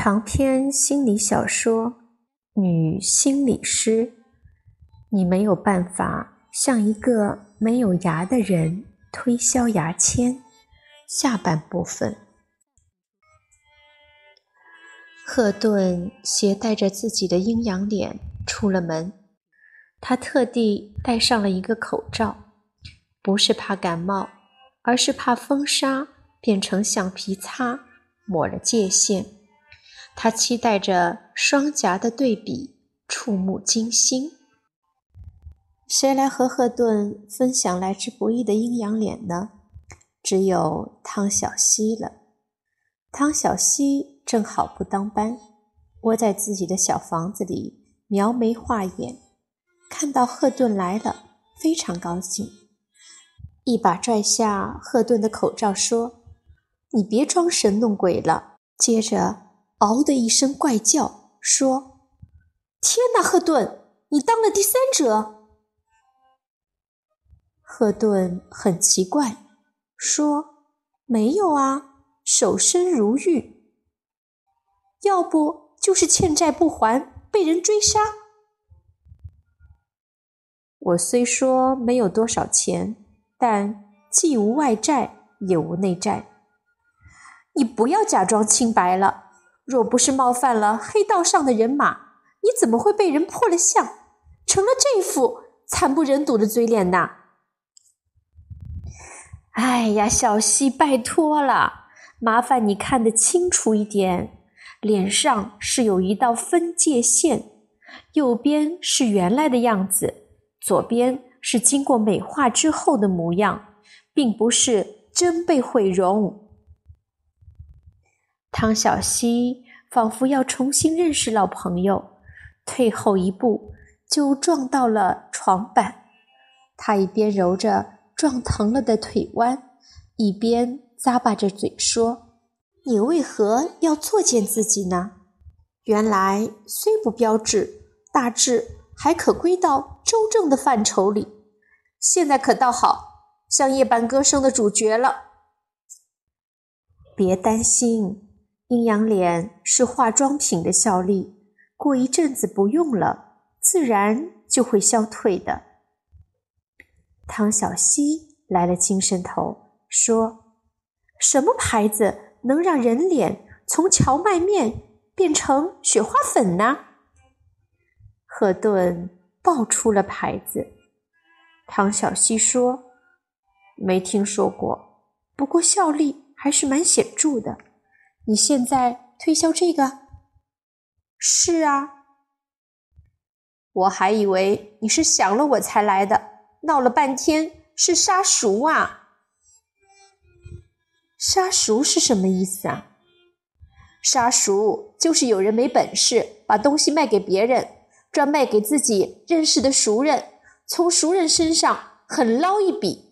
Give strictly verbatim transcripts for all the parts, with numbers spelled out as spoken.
长篇心理小说《女心理师》，你没有办法向一个没有牙的人推销牙签。下半部分。赫顿携带着自己的阴阳脸出了门，他特地戴上了一个口罩，不是怕感冒，而是怕风沙变成橡皮擦，抹了界限。他期待着双颊的对比，触目惊心。谁来和赫顿分享来之不易的阴阳脸呢？只有汤小希了。汤小希正好不当班，窝在自己的小房子里描眉画眼，看到赫顿来了，非常高兴，一把拽下赫顿的口罩说：“你别装神弄鬼了。”接着嗷的一声怪叫，说：“天哪，赫顿，你当了第三者！”赫顿很奇怪，说：“没有啊，守身如玉。要不就是欠债不还，被人追杀。我虽说没有多少钱，但既无外债，也无内债。你不要假装清白了。若不是冒犯了黑道上的人马，你怎么会被人破了相，成了这副惨不忍睹的嘴脸呢？”哎呀，小希，拜托了，麻烦你看得清楚一点，脸上是有一道分界线，右边是原来的样子，左边是经过美化之后的模样，并不是真被毁容。汤小希仿佛要重新认识老朋友，退后一步就撞到了床板。他一边揉着撞疼了的腿弯，一边咂巴着嘴说：“你为何要作践自己呢？原来虽不标致，大致还可归到周正的范畴里。现在可倒好，像夜半歌声的主角了。”别担心，阴阳脸是化妆品的效力，过一阵子不用了，自然就会消退的。汤小希来了精神头，说：“什么牌子能让人脸从荞麦面变成雪花粉呢？”赫顿报出了牌子。汤小希说：“没听说过，不过效力还是蛮显著的。你现在推销这个？”“是啊。”“我还以为你是想了我才来的，闹了半天是杀熟啊。”“杀熟是什么意思啊？”“杀熟就是有人没本事，把东西卖给别人，专卖给自己认识的熟人，从熟人身上狠捞一笔。”“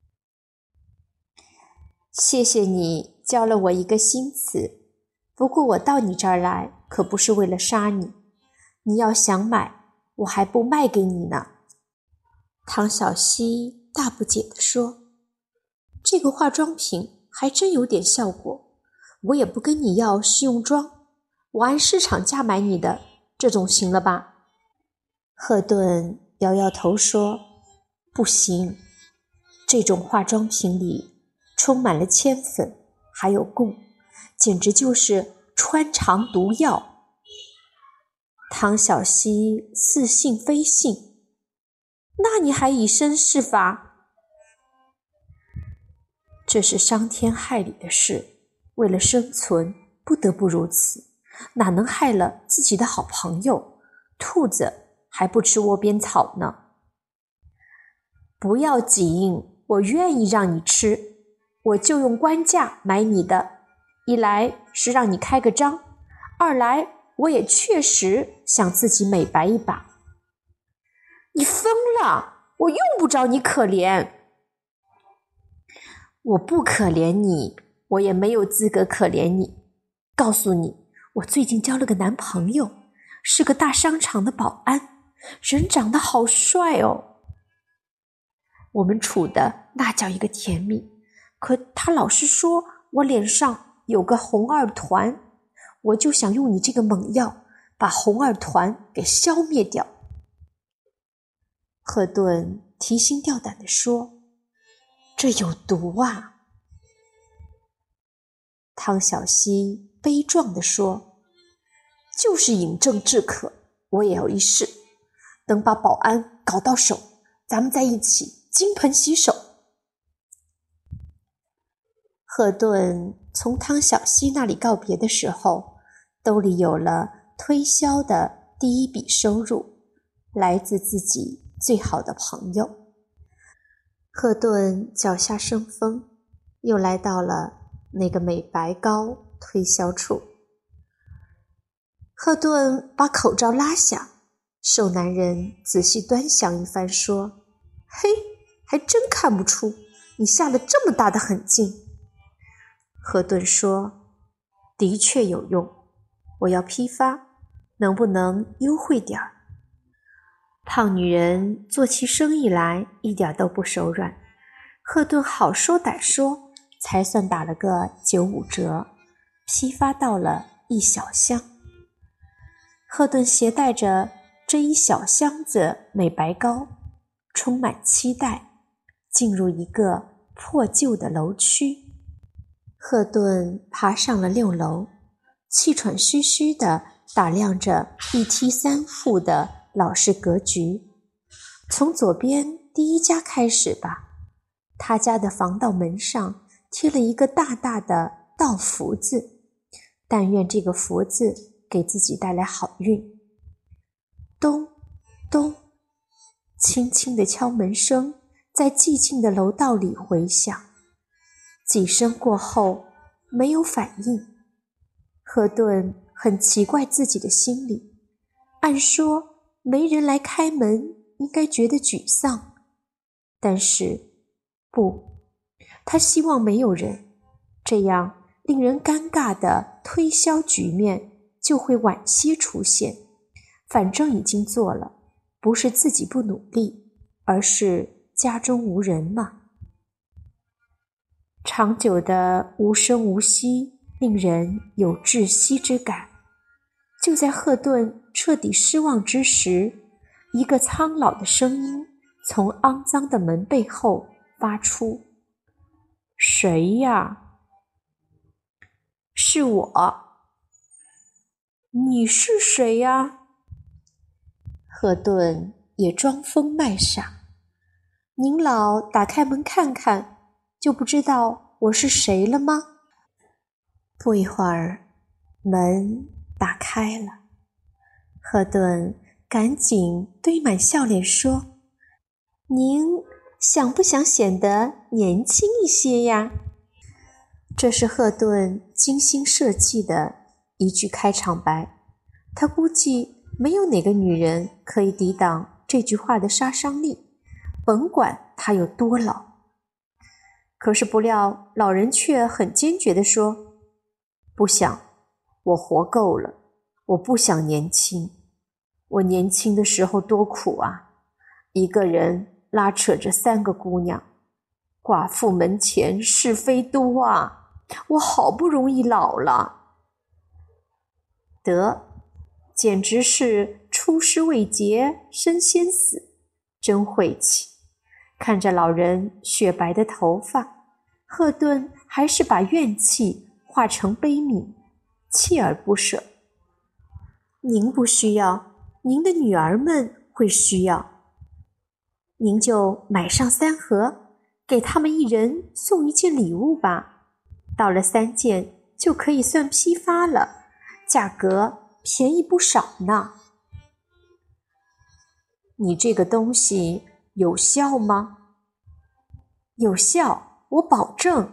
谢谢你教了我一个新词，不过我到你这儿来可不是为了杀你，你要想买，我还不卖给你呢。”汤小希大不解地说：“这个化妆品还真有点效果，我也不跟你要试用装，我按市场价买你的，这总行了吧？”赫顿摇摇头说：“不行，这种化妆品里充满了铅粉，还有汞，简直就是穿肠毒药。”汤小希似信非信：“那你还以身试法？”“这是伤天害理的事，为了生存不得不如此，哪能害了自己的好朋友？兔子还不吃窝边草呢。”“不要紧，我愿意让你吃，我就用官价买你的，一来是让你开个张，二来我也确实想自己美白一把。”“你疯了，我用不着你可怜。”“我不可怜你，我也没有资格可怜你。告诉你，我最近交了个男朋友，是个大商场的保安，人长得好帅哦。我们处的那叫一个甜蜜，可他老是说我脸上有个红二团， 我就想用你这个猛药把红二团给消灭掉。赫顿提心吊胆地说，这有毒啊。汤小希悲壮地说，就是饮鸩止渴，我也要一试，等把保安搞到手，咱们在一起金盆洗手。赫顿从汤小希那里告别的时候，兜里有了推销的第一笔收入，来自自己最好的朋友。赫顿脚下生风，又来到了那个美白膏推销处。赫顿把口罩拉下，瘦男人仔细端详一番说，嘿，还真看不出你下了这么大的狠劲。赫顿说，的确有用，我要批发，能不能优惠点儿？胖女人做起生意来一点都不手软，赫顿好说歹说，才算打了个九五折，批发到了一小箱。赫顿携带着这一小箱子美白膏，充满期待，进入一个破旧的楼区。赫顿爬上了六楼，气喘吁吁地打量着一梯三户的老式格局。从左边第一家开始吧，他家的防盗门上贴了一个大大的道福字，但愿这个福字给自己带来好运。咚咚，轻轻的敲门声在寂静的楼道里回响。几声过后，没有反应。赫顿很奇怪自己的心理，按说没人来开门，应该觉得沮丧，但是不，他希望没有人，这样令人尴尬的推销局面就会晚些出现。反正已经做了，不是自己不努力，而是家中无人嘛。长久的无声无息，令人有窒息之感。就在赫顿彻底失望之时，一个苍老的声音从肮脏的门背后发出，谁呀？是我。你是谁呀？赫顿也装疯卖傻，您老打开门看看，就不知道我是谁了吗？不一会儿，门打开了，赫顿赶紧堆满笑脸说，您想不想显得年轻一些呀？这是赫顿精心设计的一句开场白，他估计没有哪个女人可以抵挡这句话的杀伤力，甭管她有多老。可是不料老人却很坚决地说，不想，我活够了，我不想年轻。我年轻的时候多苦啊，一个人拉扯着三个姑娘，寡妇门前是非多啊，我好不容易老了。得，简直是出师未捷身先死，真晦气。看着老人雪白的头发，赫顿还是把怨气化成悲悯，锲而不舍。您不需要，您的女儿们会需要，您就买上三盒，给他们一人送一件礼物吧，到了三件就可以算批发了，价格便宜不少呢。你这个东西有效吗？有效，我保证。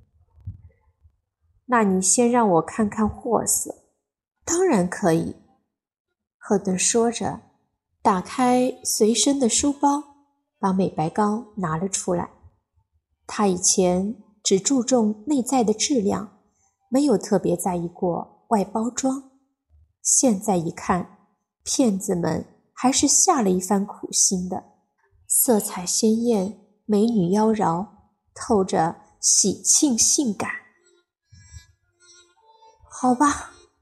那你先让我看看货色。当然可以。赫顿说着，打开随身的书包，把美白膏拿了出来。他以前只注重内在的质量，没有特别在意过外包装。现在一看，骗子们还是下了一番苦心的。色彩鲜艳，美女妖娆，透着喜庆性感。好吧，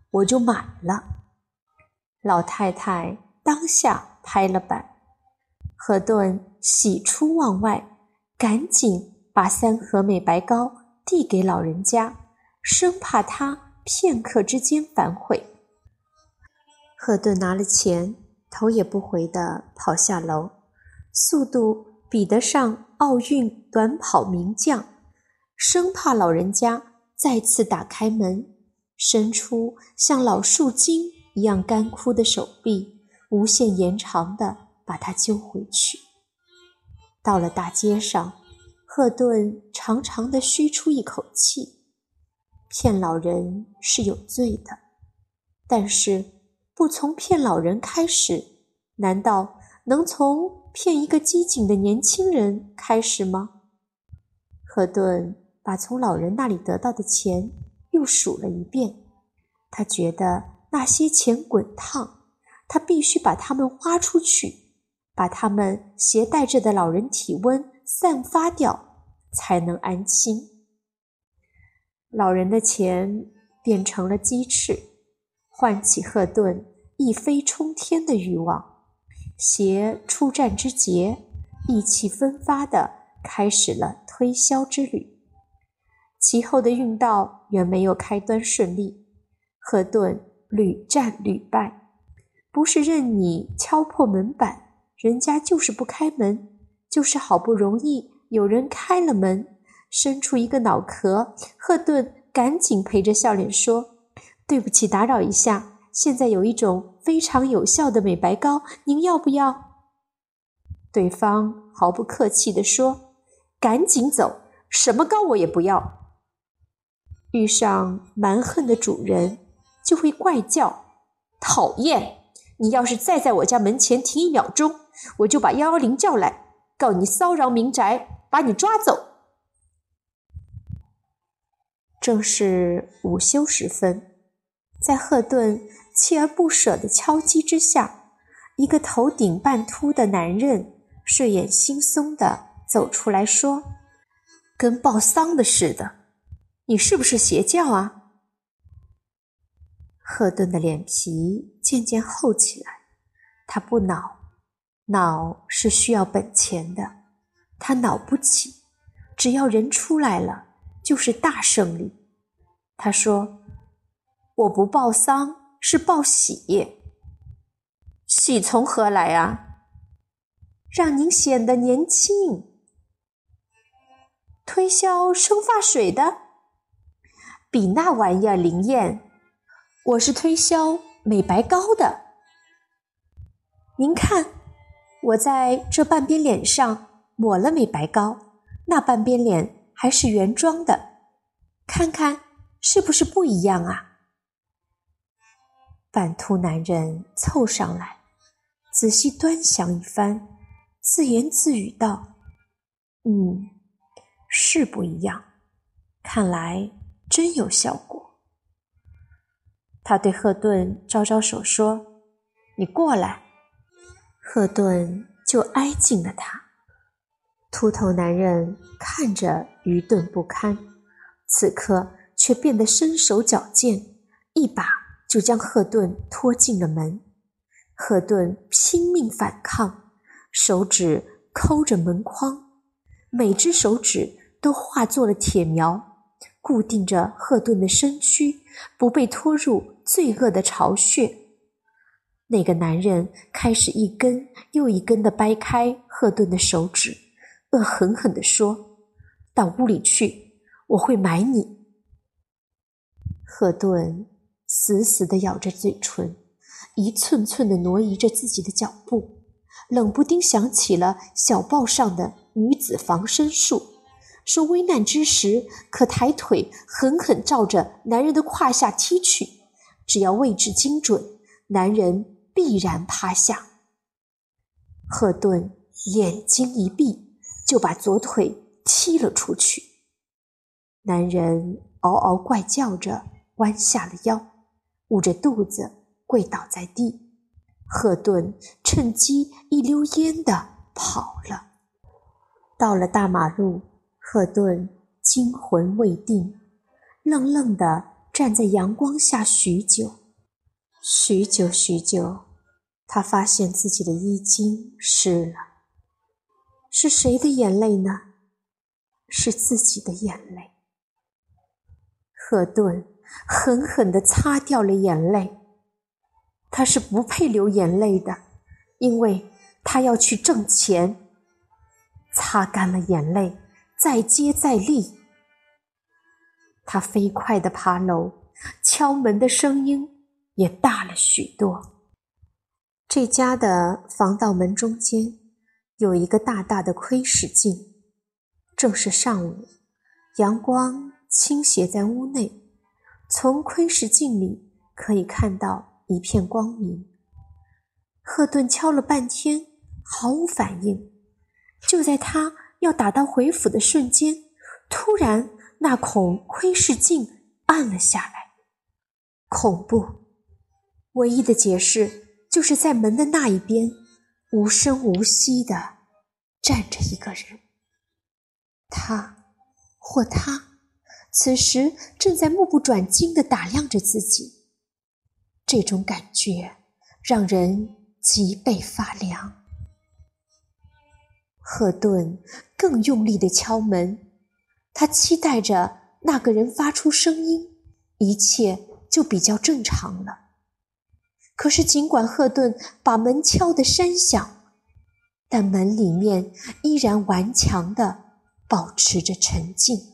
我就满了。老太太当下拍了板，赫顿喜出望外，赶紧把三盒美白膏递给老人家，生怕他片刻之间反悔。赫顿拿了钱，头也不回地跑下楼，速度比得上奥运短跑名将，生怕老人家再次打开门，伸出像老树精一样干枯的手臂，无限延长地把他揪回去。到了大街上，赫顿长长地吁出一口气。骗老人是有罪的，但是不从骗老人开始，难道能从骗一个机警的年轻人开始吗？赫顿把从老人那里得到的钱又数了一遍，他觉得那些钱滚烫，他必须把它们花出去，把他们携带着的老人体温散发掉，才能安心。老人的钱变成了鸡翅，唤起赫顿一飞冲天的欲望，携出战之节，意气风发地开始了推销之旅。其后的运道远没有开端顺利，赫顿屡战屡败，不是任你敲破门板，人家就是不开门，就是好不容易有人开了门，伸出一个脑壳，赫顿赶紧陪着笑脸说：对不起，打扰一下，现在有一种非常有效的美白膏，您要不要？对方毫不客气地说：赶紧走，什么膏我也不要。遇上蛮横的主人就会怪叫：讨厌，你要是再在我家门前停一秒钟，我就把一一零叫来，告你骚扰民宅，把你抓走。正是午休时分，在赫顿锲而不舍的敲击之下，一个头顶半秃的男人睡眼惺忪地走出来说：跟报丧的似的，你是不是邪教啊？赫顿的脸皮渐渐厚起来，他不恼，恼是需要本钱的，他恼不起，只要人出来了就是大胜利。他说：我不报丧，是报喜。喜从何来啊？让您显得年轻。推销生发水的？比那玩意儿灵验。我是推销美白膏的。您看，我在这半边脸上抹了美白膏，那半边脸还是原装的，看看是不是不一样啊？半秃男人凑上来，仔细端详一番，自言自语道：嗯，是不一样，看来真有效果。他对赫顿招招手说：你过来。赫顿就挨近了他。秃头男人看着愚钝不堪，此刻却变得身手矫健，一把就将赫顿拖进了门。赫顿拼命反抗，手指抠着门框，每只手指都化作了铁苗，固定着赫顿的身躯，不被拖入罪恶的巢穴。那个男人开始一根又一根地掰开赫顿的手指，恶狠狠地说：到屋里去，我会埋你。赫顿死死地咬着嘴唇，一寸寸地挪移着自己的脚步，冷不丁想起了小报上的女子防身术，说危难之时可抬腿狠狠照着男人的胯下踢去，只要位置精准，男人必然趴下。赫顿眼睛一闭，就把左腿踢了出去。男人嗷嗷怪叫着弯下了腰，捂着肚子跪倒在地。赫顿趁机一溜烟地跑了。到了大马路，赫顿惊魂未定，愣愣地站在阳光下许久，许久许久，他发现自己的衣襟湿了。是谁的眼泪呢？是自己的眼泪。赫顿狠狠地擦掉了眼泪。他是不配流眼泪的，因为他要去挣钱。擦干了眼泪，再接再厉。他飞快地爬楼，敲门的声音也大了许多。这家的防盗门中间有一个大大的窥视镜，正是上午，阳光倾斜在屋内，从窥视镜里可以看到一片光明。赫顿敲了半天，毫无反应。就在他要打道回府的瞬间，突然那孔窥视镜暗了下来。恐怖！唯一的解释就是在门的那一边，无声无息地站着一个人。他或她此时正在目不转睛地打量着自己。这种感觉让人脊背发凉。赫顿更用力地敲门，他期待着那个人发出声音，一切就比较正常了。可是尽管赫顿把门敲得山响，但门里面依然顽强地保持着沉静。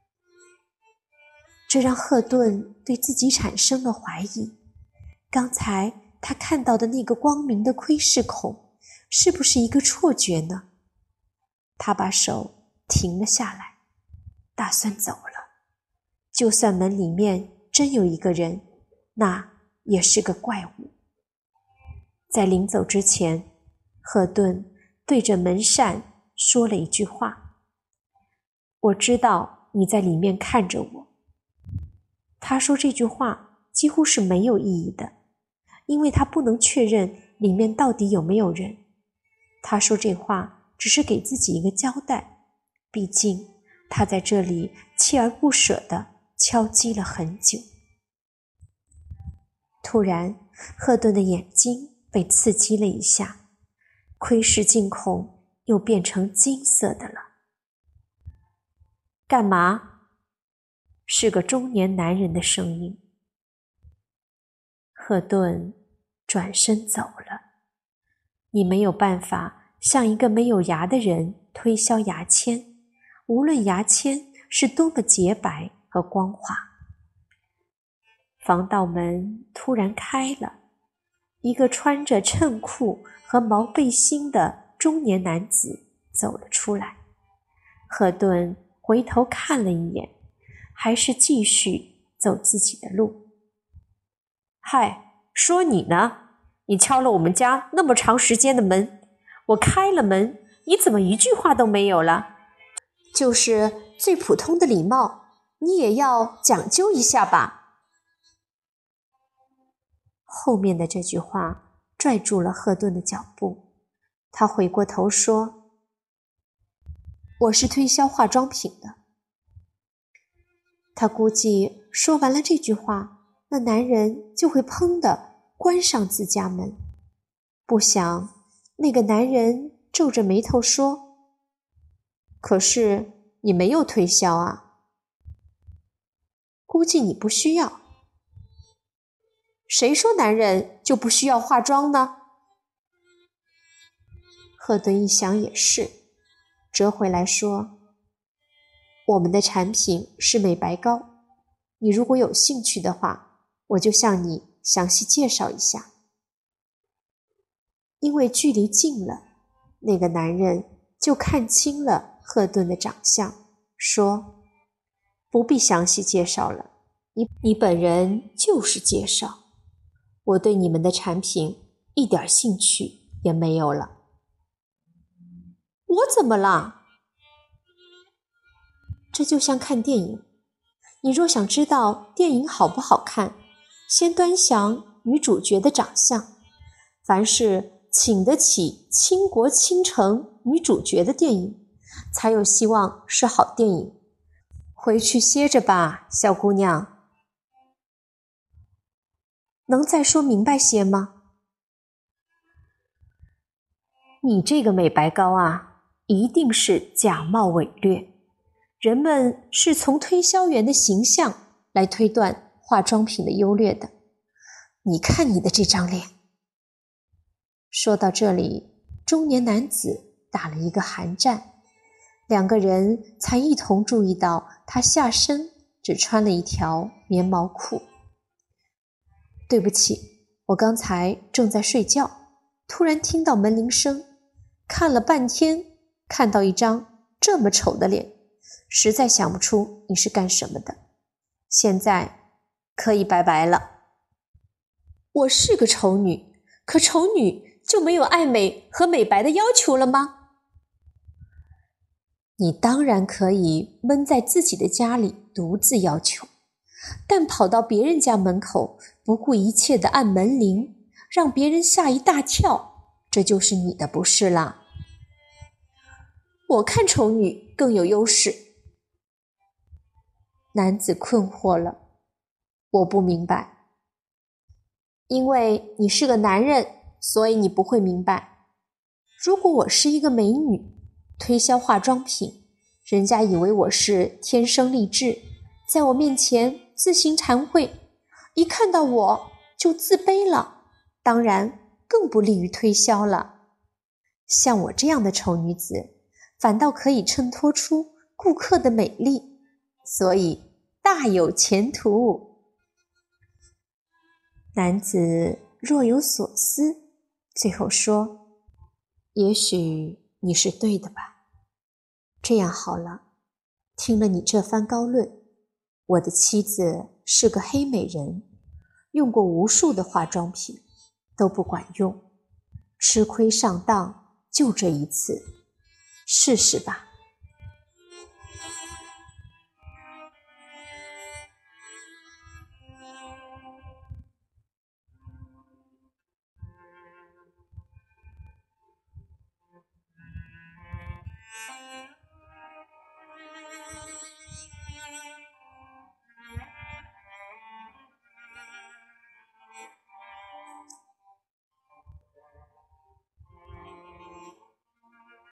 这让赫顿对自己产生了怀疑，刚才他看到的那个光明的窥视孔是不是一个错觉呢？他把手停了下来，打算走了。就算门里面真有一个人，那也是个怪物。在临走之前，赫顿对着门扇说了一句话：我知道你在里面看着我。他说这句话几乎是没有意义的，因为他不能确认里面到底有没有人。他说这话只是给自己一个交代，毕竟他在这里锲而不舍地敲击了很久。突然，赫顿的眼睛被刺激了一下，窥视镜孔又变成金色的了。干嘛？是个中年男人的声音。赫顿转身走了。你没有办法向一个没有牙的人推销牙签，无论牙签是多么洁白和光滑。防盗门突然开了，一个穿着衬裤和毛背心的中年男子走了出来。赫顿回头看了一眼，还是继续走自己的路。嗨，说你呢？你敲了我们家那么长时间的门，我开了门，你怎么一句话都没有了？就是最普通的礼貌，你也要讲究一下吧。后面的这句话拽住了赫顿的脚步，他回过头说：我是推销化妆品的。他估计说完了这句话，那男人就会砰地关上自家门。不想那个男人皱着眉头说：可是你没有推销啊。估计你不需要。谁说男人就不需要化妆呢？赫顿一想也是，折回来说：我们的产品是美白膏，你如果有兴趣的话，我就向你详细介绍一下。因为距离近了，那个男人就看清了赫顿的长相，说：不必详细介绍了，你你本人就是介绍。我对你们的产品一点兴趣也没有了。我怎么了？这就像看电影，你若想知道电影好不好看，先端详女主角的长相。凡是请得起倾国倾城女主角的电影，才有希望是好电影。回去歇着吧，小姑娘。 能再说明白些吗？你这个美白膏啊，一定是假冒伪劣，人们是从推销员的形象来推断化妆品的优劣的。你看你的这张脸。说到这里，中年男子打了一个寒战，两个人才一同注意到他下身只穿了一条棉毛裤。对不起，我刚才正在睡觉，突然听到门铃声，看了半天，看到一张这么丑的脸，实在想不出你是干什么的。现在可以拜拜了。我是个丑女，可丑女就没有爱美和美白的要求了吗？你当然可以闷在自己的家里独自要求，但跑到别人家门口不顾一切地按门铃，让别人吓一大跳，这就是你的不是啦。我看丑女更有优势。男子困惑了，我不明白。因为你是个男人，所以你不会明白。如果我是一个美女，推销化妆品，人家以为我是天生丽质，在我面前自行惭愧，一看到我就自卑了，当然更不利于推销了。像我这样的丑女子，反倒可以衬托出顾客的美丽，所以大有前途。男子若有所思，最后说，也许你是对的吧。这样好了，听了你这番高论，我的妻子是个黑美人，用过无数的化妆品，都不管用，吃亏上当就这一次，试试吧。